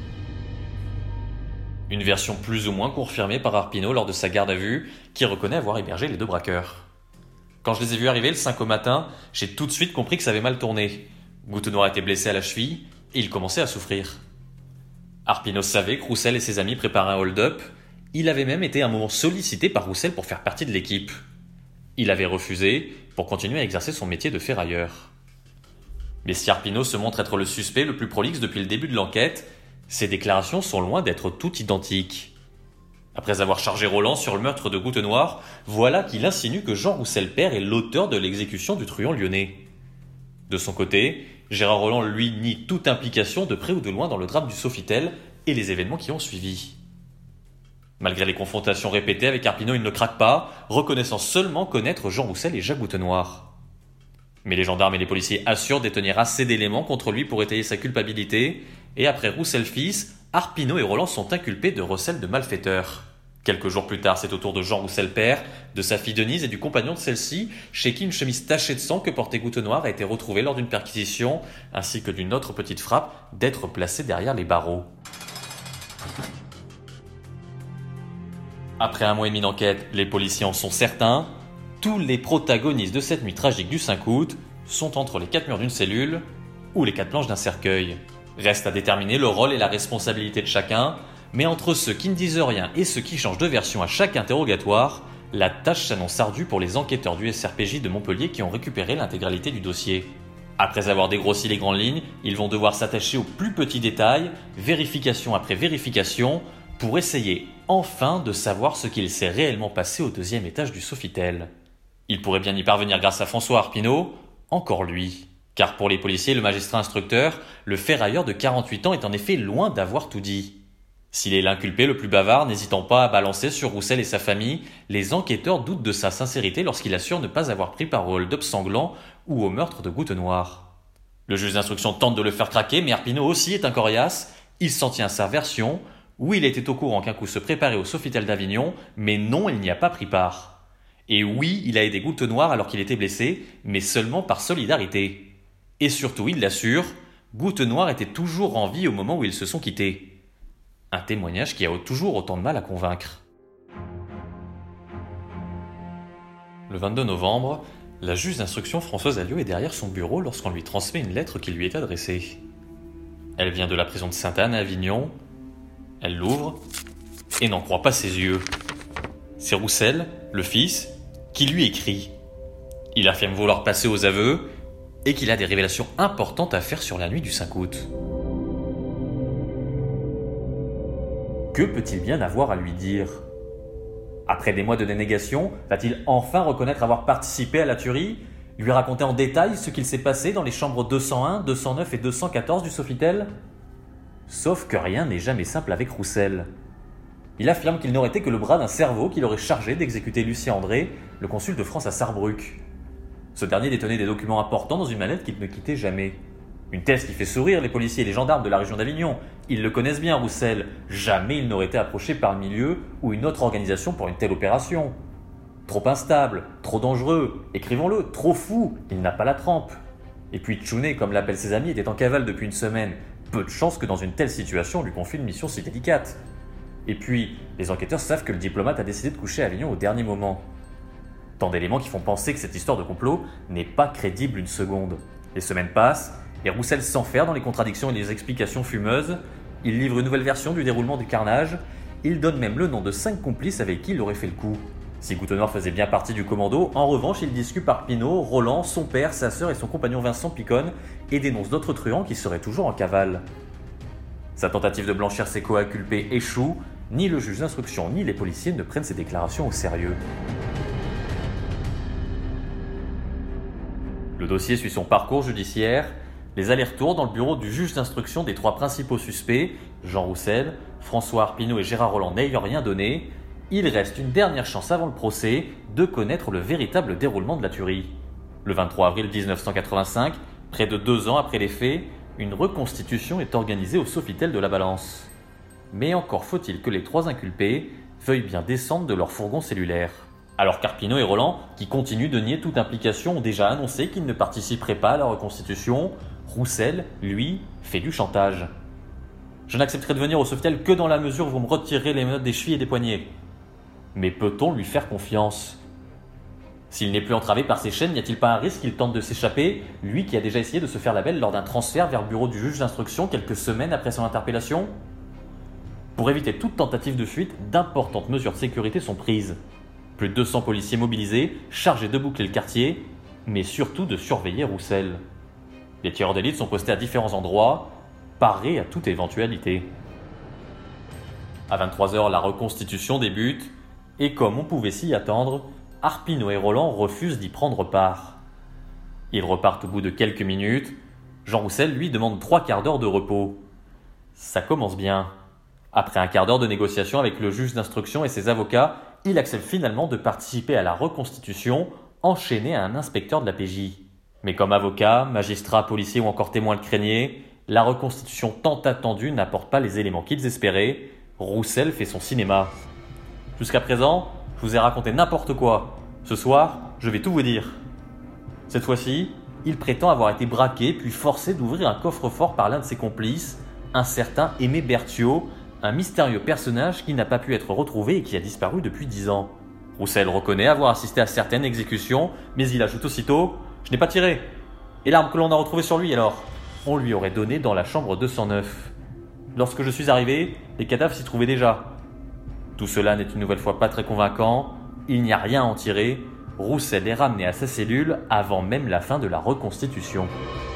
Une version plus ou moins confirmée par Arpinot lors de sa garde à vue, qui reconnaît avoir hébergé les deux braqueurs. Quand je les ai vus arriver le cinq au matin, j'ai tout de suite compris que ça avait mal tourné. Goutenoir était blessé à la cheville et il commençait à souffrir. Arpinot savait que Roussel et ses amis préparaient un hold-up. Il avait même été un moment sollicité par Roussel pour faire partie de l'équipe. Il avait refusé pour continuer à exercer son métier de ferrailleur. Mais si Arpinot se montre être le suspect le plus prolixe depuis le début de l'enquête, ses déclarations sont loin d'être toutes identiques. Après avoir chargé Roland sur le meurtre de Goutenoir, voilà qu'il insinue que Jean Roussel père est l'auteur de l'exécution du truand lyonnais. De son côté, Gérard Roland lui nie toute implication de près ou de loin dans le drame du Sofitel et les événements qui ont suivi. Malgré les confrontations répétées avec Arpinot, il ne craque pas, reconnaissant seulement connaître Jean Roussel et Jacques Goutenoir. Mais les gendarmes et les policiers assurent détenir assez d'éléments contre lui pour étayer sa culpabilité, et après Roussel fils, Arpinot et Roland sont inculpés de recel de malfaiteur. Quelques jours plus tard, c'est au tour de Jean Roussel père, de sa fille Denise et du compagnon de celle-ci, chez qui une chemise tachée de sang que portait Goutenoir a été retrouvée lors d'une perquisition, ainsi que d'une autre petite frappe, d'être placée derrière les barreaux. Après un mois et demi d'enquête, les policiers en sont certains. Tous les protagonistes de cette nuit tragique du cinq août sont entre les quatre murs d'une cellule ou les quatre planches d'un cercueil. Reste à déterminer le rôle et la responsabilité de chacun, mais entre ceux qui ne disent rien et ceux qui changent de version à chaque interrogatoire, la tâche s'annonce ardue pour les enquêteurs du S R P J de Montpellier qui ont récupéré l'intégralité du dossier. Après avoir dégrossi les grandes lignes, ils vont devoir s'attacher aux plus petits détails, vérification après vérification, pour essayer enfin de savoir ce qu'il s'est réellement passé au deuxième étage du Sofitel. Il pourrait bien y parvenir grâce à François Arpinot, encore lui. Car pour les policiers et le magistrat instructeur, le ferrailleur de quarante-huit ans est en effet loin d'avoir tout dit. S'il est l'inculpé le plus bavard, n'hésitant pas à balancer sur Roussel et sa famille, les enquêteurs doutent de sa sincérité lorsqu'il assure ne pas avoir pris part au hold-up sanglant ou au meurtre de Goutenoir. Le juge d'instruction tente de le faire craquer, mais Arpineau aussi est un coriace. Il s'en tient à sa version. Oui, il était au courant qu'un coup se préparait au Sofitel d'Avignon, mais non, il n'y a pas pris part. Et oui, il a aidé Goutenoir alors qu'il était blessé, mais seulement par solidarité. Et surtout, il l'assure, Goutenoir était toujours en vie au moment où ils se sont quittés. Un témoignage qui a toujours autant de mal à convaincre. Le vingt-deux novembre, la juge d'instruction Françoise Alliot est derrière son bureau lorsqu'on lui transmet une lettre qui lui est adressée. Elle vient de la prison de Sainte-Anne à Avignon. Elle l'ouvre et n'en croit pas ses yeux. C'est Roussel, le fils, qui lui écrit. Il affirme vouloir passer aux aveux et qu'il a des révélations importantes à faire sur la nuit du cinq août. Que peut-il bien avoir à lui dire ? Après des mois de dénégation, va-t-il enfin reconnaître avoir participé à la tuerie ? Lui raconter en détail ce qu'il s'est passé dans les chambres deux cent un, deux cent neuf et deux cent quatorze du Sofitel ? Sauf que rien n'est jamais simple avec Roussel. Il affirme qu'il n'aurait été que le bras d'un cerveau qu'il aurait chargé d'exécuter Lucien André, le consul de France à Sarrebruck. Ce dernier détenait des documents importants dans une mallette qu'il ne quittait jamais. Une thèse qui fait sourire les policiers et les gendarmes de la région d'Avignon. Ils le connaissent bien, Roussel. Jamais il n'aurait été approché par le milieu ou une autre organisation pour une telle opération. Trop instable, trop dangereux, écrivons-le, trop fou, il n'a pas la trempe. Et puis Tchouné, comme l'appellent ses amis, était en cavale depuis une semaine. Peu de chance que dans une telle situation, on lui confie une mission si délicate. Et puis, les enquêteurs savent que le diplomate a décidé de coucher à Avignon au dernier moment. Tant d'éléments qui font penser que cette histoire de complot n'est pas crédible une seconde. Les semaines passent, et Roussel s'enferre dans les contradictions et les explications fumeuses. Il livre une nouvelle version du déroulement du carnage. Il donne même le nom de cinq complices avec qui il aurait fait le coup. Si Goutenoir faisait bien partie du commando, en revanche, il discute par Arpineau, Roland, son père, sa sœur et son compagnon Vincent Picone et dénonce d'autres truands qui seraient toujours en cavale. Sa tentative de blanchir ses coinculpés échoue. Ni le juge d'instruction ni les policiers ne prennent ces déclarations au sérieux. Le dossier suit son parcours judiciaire. Les allers-retours dans le bureau du juge d'instruction des trois principaux suspects, Jean Roussel, François Arpineau et Gérard Roland, n'ayant rien donné, il reste une dernière chance avant le procès de connaître le véritable déroulement de la tuerie. Le vingt-trois avril mille neuf cent quatre-vingt-cinq, près de deux ans après les faits, une reconstitution est organisée au Sofitel de la Balance. Mais encore faut-il que les trois inculpés veuillent bien descendre de leur fourgon cellulaire. Alors qu'Arpineau et Roland, qui continuent de nier toute implication, ont déjà annoncé qu'ils ne participeraient pas à la reconstitution, Roussel, lui, fait du chantage. « Je n'accepterai de venir au Sofitel que dans la mesure où vous me retirerez les menottes des chevilles et des poignets. » Mais peut-on lui faire confiance ? S'il n'est plus entravé par ses chaînes, n'y a-t-il pas un risque qu'il tente de s'échapper, lui qui a déjà essayé de se faire la belle lors d'un transfert vers le bureau du juge d'instruction quelques semaines après son interpellation ? Pour éviter toute tentative de fuite, d'importantes mesures de sécurité sont prises. Plus de deux cents policiers mobilisés, chargés de boucler le quartier, mais surtout de surveiller Roussel. Les tireurs d'élite sont postés à différents endroits, parés à toute éventualité. À vingt-trois heures, la reconstitution débute, et comme on pouvait s'y attendre, Arpineau et Roland refusent d'y prendre part. Ils repartent au bout de quelques minutes. Jean Roussel, lui, demande trois quarts d'heure de repos. Ça commence bien. Après un quart d'heure de négociation avec le juge d'instruction et ses avocats, il accepte finalement de participer à la reconstitution, enchaîné à un inspecteur de la P J. Mais comme avocat, magistrat, policier ou encore témoin le craignaient, la reconstitution tant attendue n'apporte pas les éléments qu'ils espéraient. Roussel fait son cinéma. Jusqu'à présent, je vous ai raconté n'importe quoi. Ce soir, je vais tout vous dire. Cette fois-ci, il prétend avoir été braqué puis forcé d'ouvrir un coffre-fort par l'un de ses complices, un certain Aimé Berthiaud, un mystérieux personnage qui n'a pas pu être retrouvé et qui a disparu depuis dix ans. Roussel reconnaît avoir assisté à certaines exécutions, mais il ajoute aussitôt « Je n'ai pas tiré !» Et l'arme que l'on a retrouvée sur lui alors ? On lui aurait donné dans la chambre deux cent neuf. Lorsque je suis arrivé, les cadavres s'y trouvaient déjà. Tout cela n'est une nouvelle fois pas très convaincant, il n'y a rien à en tirer, Roussel est ramené à sa cellule avant même la fin de la reconstitution.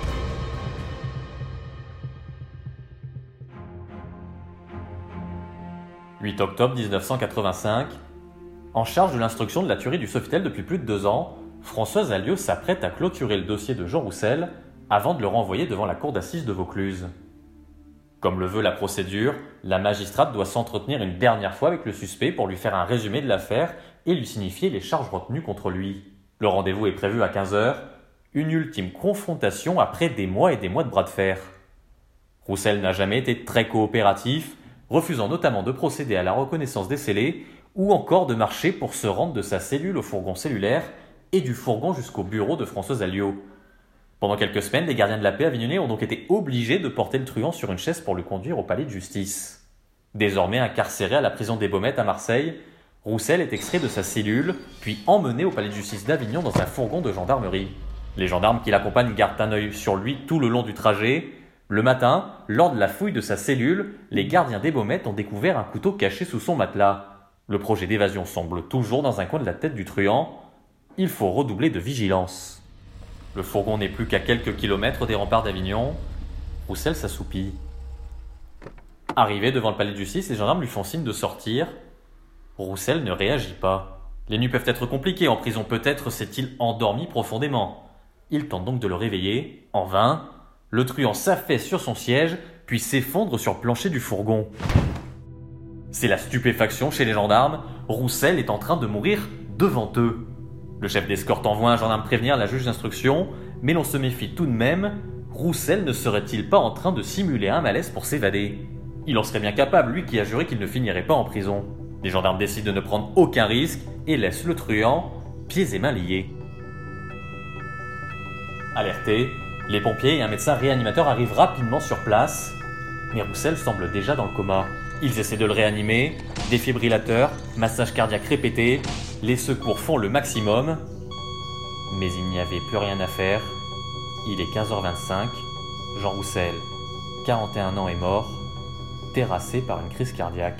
huit octobre mille neuf cent quatre-vingt-cinq, en charge de l'instruction de la tuerie du Sofitel depuis plus de deux ans, Françoise Alliot s'apprête à clôturer le dossier de Jean Roussel avant de le renvoyer devant la cour d'assises de Vaucluse. Comme le veut la procédure, la magistrate doit s'entretenir une dernière fois avec le suspect pour lui faire un résumé de l'affaire et lui signifier les charges retenues contre lui. Le rendez-vous est prévu à quinze heures. Une ultime confrontation après des mois et des mois de bras de fer. Roussel n'a jamais été très coopératif, refusant notamment de procéder à la reconnaissance des scellés ou encore de marcher pour se rendre de sa cellule au fourgon cellulaire et du fourgon jusqu'au bureau de Françoise Alliot. Pendant quelques semaines, les gardiens de la paix avignonnais ont donc été obligés de porter le truand sur une chaise pour le conduire au palais de justice. Désormais incarcéré à la prison des Baumettes à Marseille, Roussel est extrait de sa cellule, puis emmené au palais de justice d'Avignon dans un fourgon de gendarmerie. Les gendarmes qui l'accompagnent gardent un œil sur lui tout le long du trajet. Le matin, lors de la fouille de sa cellule, les gardiens des Baumettes ont découvert un couteau caché sous son matelas. Le projet d'évasion semble toujours dans un coin de la tête du truand. Il faut redoubler de vigilance. Le fourgon n'est plus qu'à quelques kilomètres des remparts d'Avignon. Roussel s'assoupit. Arrivé devant le palais de justice, les gendarmes lui font signe de sortir. Roussel ne réagit pas. Les nuits peuvent être compliquées en prison, peut-être s'est-il endormi profondément. Il tente donc de le réveiller. En vain. Le truand s'affaisse sur son siège, puis s'effondre sur le plancher du fourgon. C'est la stupéfaction chez les gendarmes. Roussel est en train de mourir devant eux. Le chef d'escorte envoie un gendarme prévenir la juge d'instruction, mais l'on se méfie tout de même. Roussel ne serait-il pas en train de simuler un malaise pour s'évader ? Il en serait bien capable, lui qui a juré qu'il ne finirait pas en prison. Les gendarmes décident de ne prendre aucun risque et laissent le truand, pieds et mains liés. Alertés, les pompiers et un médecin réanimateur arrivent rapidement sur place, mais Roussel semble déjà dans le coma. Ils essaient de le réanimer, défibrillateur, massage cardiaque répété, les secours font le maximum, mais il n'y avait plus rien à faire. Il est quinze heures vingt-cinq, Jean Roussel, quarante et un ans, est mort, terrassé par une crise cardiaque.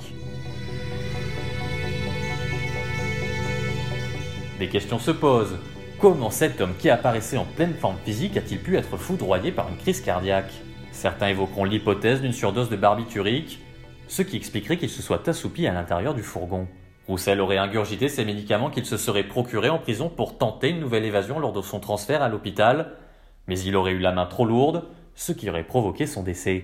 Des questions se posent. Comment cet homme qui apparaissait en pleine forme physique a-t-il pu être foudroyé par une crise cardiaque ? Certains évoqueront l'hypothèse d'une surdose de barbiturique, ce qui expliquerait qu'il se soit assoupi à l'intérieur du fourgon. Roussel aurait ingurgité ces médicaments qu'il se serait procurés en prison pour tenter une nouvelle évasion lors de son transfert à l'hôpital, mais il aurait eu la main trop lourde, ce qui aurait provoqué son décès.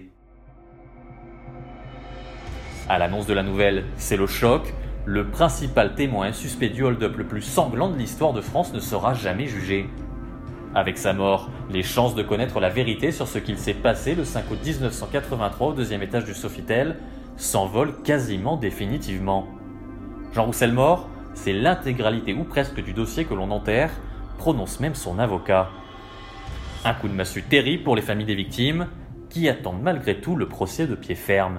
À l'annonce de la nouvelle, c'est le choc. Le principal témoin et suspect du hold-up le plus sanglant de l'histoire de France ne sera jamais jugé. Avec sa mort, les chances de connaître la vérité sur ce qu'il s'est passé le cinq août dix-neuf cent quatre-vingt-trois au deuxième étage du Sofitel s'envolent quasiment définitivement. Jean Roussel mort, c'est l'intégralité ou presque du dossier que l'on enterre, prononce même son avocat. Un coup de massue terrible pour les familles des victimes, qui attendent malgré tout le procès de pied ferme.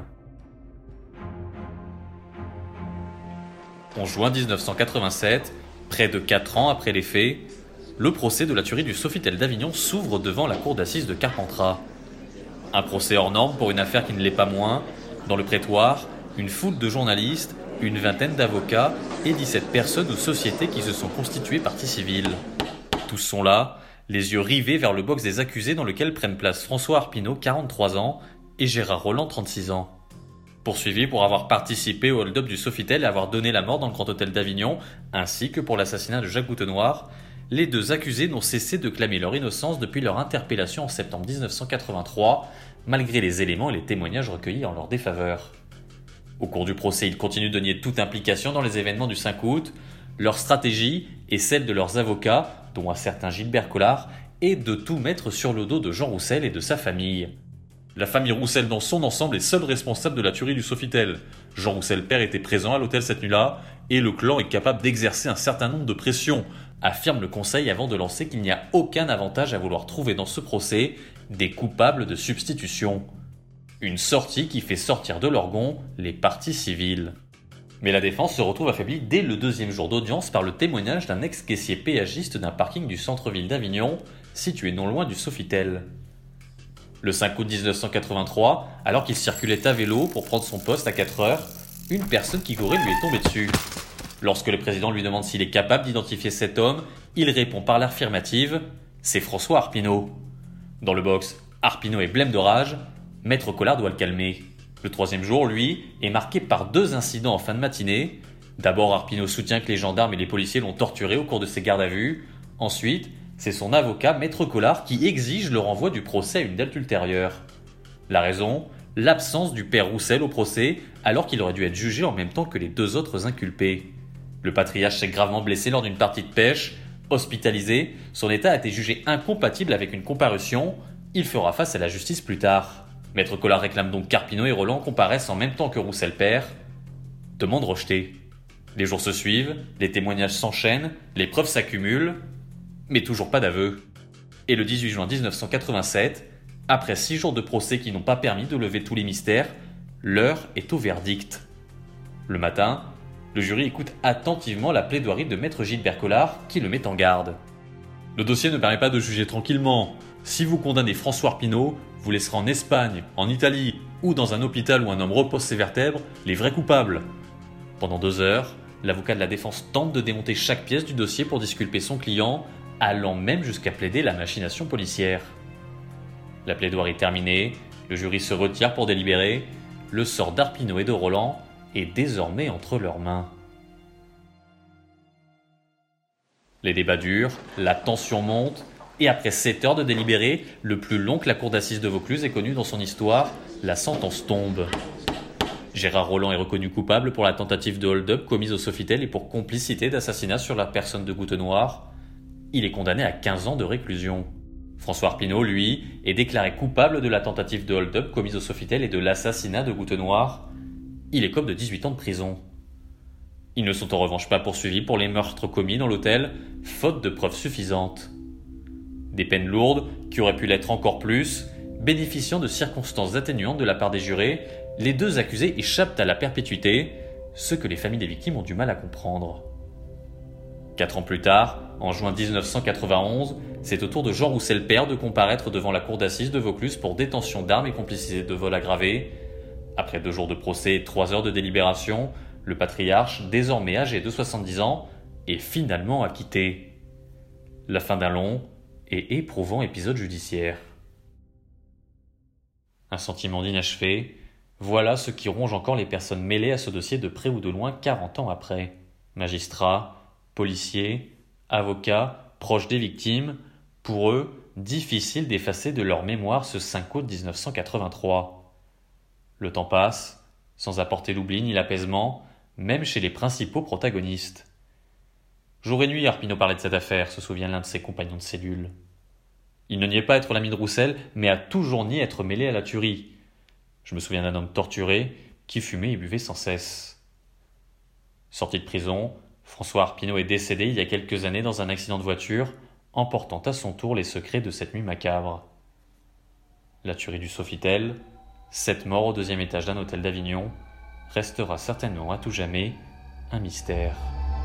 En juin dix-neuf cent quatre-vingt-sept, près de quatre ans après les faits, le procès de la tuerie du Sofitel d'Avignon s'ouvre devant la cour d'assises de Carpentras. Un procès hors norme pour une affaire qui ne l'est pas moins. Dans le prétoire, une foule de journalistes, une vingtaine d'avocats et dix-sept personnes ou sociétés qui se sont constituées partie civile. Tous sont là, les yeux rivés vers le box des accusés dans lequel prennent place François Arpineau, quarante-trois ans, et Gérard Rolland, trente-six ans. Poursuivis pour avoir participé au hold-up du Sofitel et avoir donné la mort dans le Grand Hôtel d'Avignon, ainsi que pour l'assassinat de Jacques Boutenoir, les deux accusés n'ont cessé de clamer leur innocence depuis leur interpellation en septembre dix-neuf cent quatre-vingt-trois, malgré les éléments et les témoignages recueillis en leur défaveur. Au cours du procès, ils continuent de nier toute implication dans les événements du cinq août. Leur stratégie et celle de leurs avocats, dont un certain Gilbert Collard, est de tout mettre sur le dos de Jean Roussel et de sa famille. La famille Roussel dans son ensemble est seule responsable de la tuerie du Sofitel. Jean Roussel père était présent à l'hôtel cette nuit-là, et le clan est capable d'exercer un certain nombre de pressions, affirme le conseil avant de lancer qu'il n'y a aucun avantage à vouloir trouver dans ce procès des coupables de substitution. Une sortie qui fait sortir de leur gonds les parties civiles. Mais la défense se retrouve affaiblie dès le deuxième jour d'audience par le témoignage d'un ex-caissier péagiste d'un parking du centre-ville d'Avignon, situé non loin du Sofitel. Le cinq août dix-neuf cent quatre-vingt-trois, alors qu'il circulait à vélo pour prendre son poste à quatre heures, une personne qui courait lui est tombée dessus. Lorsque le président lui demande s'il est capable d'identifier cet homme, il répond par l'affirmative « C'est François Arpineau ». Dans le box, Arpineau est blême de rage, Maître Collard doit le calmer. Le troisième jour, lui, est marqué par deux incidents en fin de matinée. D'abord, Arpineau soutient que les gendarmes et les policiers l'ont torturé au cours de ses gardes à vue. Ensuite, c'est son avocat, Maître Collard, qui exige le renvoi du procès à une date ultérieure. La raison ? L'absence du père Roussel au procès, alors qu'il aurait dû être jugé en même temps que les deux autres inculpés. Le patriarche s'est gravement blessé lors d'une partie de pêche. Hospitalisé, son état a été jugé incompatible avec une comparution. Il fera face à la justice plus tard. Maître Collard réclame donc qu'Arpineau et Roland comparaissent en même temps que Roussel père. Demande rejetée. Les jours se suivent, les témoignages s'enchaînent, les preuves s'accumulent, mais toujours pas d'aveu. Et le dix-huit juin dix-neuf cent quatre-vingt-sept, après six jours de procès qui n'ont pas permis de lever tous les mystères, l'heure est au verdict. Le matin, le jury écoute attentivement la plaidoirie de maître Gilbert Collard qui le met en garde. Le dossier ne permet pas de juger tranquillement. Si vous condamnez François Arpineau, vous laisserez en Espagne, en Italie ou dans un hôpital où un homme repose ses vertèbres les vrais coupables. Pendant deux heures, l'avocat de la défense tente de démonter chaque pièce du dossier pour disculper son client, allant même jusqu'à plaider la machination policière. La plaidoirie terminée, le jury se retire pour délibérer. Le sort d'Arpineau et de Roland est désormais entre leurs mains. Les débats durent, la tension monte, et après sept heures de délibéré, le plus long que la cour d'assises de Vaucluse ait connu dans son histoire, la sentence tombe. Gérard Roland est reconnu coupable pour la tentative de hold-up commise au Sofitel et pour complicité d'assassinat sur la personne de Goutenoir. Il est condamné à quinze ans de réclusion. François Arpineau, lui, est déclaré coupable de la tentative de hold-up commise au Sofitel et de l'assassinat de Goutenoir. Il écope de dix-huit ans de prison. Ils ne sont en revanche pas poursuivis pour les meurtres commis dans l'hôtel, faute de preuves suffisantes. Des peines lourdes, qui auraient pu l'être encore plus, bénéficiant de circonstances atténuantes de la part des jurés, les deux accusés échappent à la perpétuité, ce que les familles des victimes ont du mal à comprendre. Quatre ans plus tard, en juin dix-neuf cent quatre-vingt-onze, c'est au tour de Jean Roussel père de comparaître devant la cour d'assises de Vaucluse pour détention d'armes et complicité de vol aggravé. Après deux jours de procès et trois heures de délibération, le patriarche, désormais âgé de soixante-dix ans, est finalement acquitté. La fin d'un long et éprouvant épisode judiciaire. Un sentiment d'inachevé, voilà ce qui ronge encore les personnes mêlées à ce dossier de près ou de loin quarante ans après. Magistrats, policiers, avocats, proches des victimes, pour eux, difficile d'effacer de leur mémoire ce cinq août dix-neuf cent quatre-vingt-trois. Le temps passe, sans apporter l'oubli ni l'apaisement, même chez les principaux protagonistes. Jour et nuit, Arpineau parlait de cette affaire, se souvient l'un de ses compagnons de cellule. Il ne niait pas être l'ami de Roussel, mais a toujours nié être mêlé à la tuerie. Je me souviens d'un homme torturé, qui fumait et buvait sans cesse. Sorti de prison, François Arpineau est décédé il y a quelques années dans un accident de voiture, emportant à son tour les secrets de cette nuit macabre. La tuerie du Sofitel, sept morts au deuxième étage d'un hôtel d'Avignon, restera certainement à tout jamais un mystère.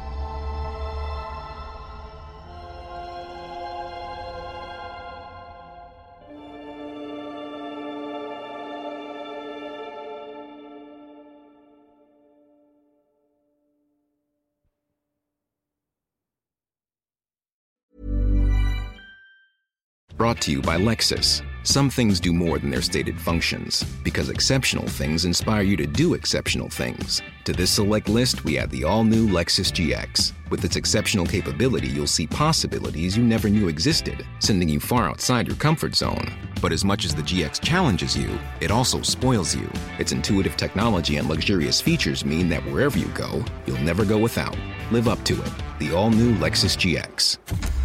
Brought to you by Lexus. Some things do more than their stated functions, because exceptional things inspire you to do exceptional things. To this select list, we add the all-new Lexus G X. With its exceptional capability, you'll see possibilities you never knew existed, sending you far outside your comfort zone. But as much as the G X challenges you, it also spoils you. Its intuitive technology and luxurious features mean that wherever you go, you'll never go without. Live up to it. The all-new Lexus G X.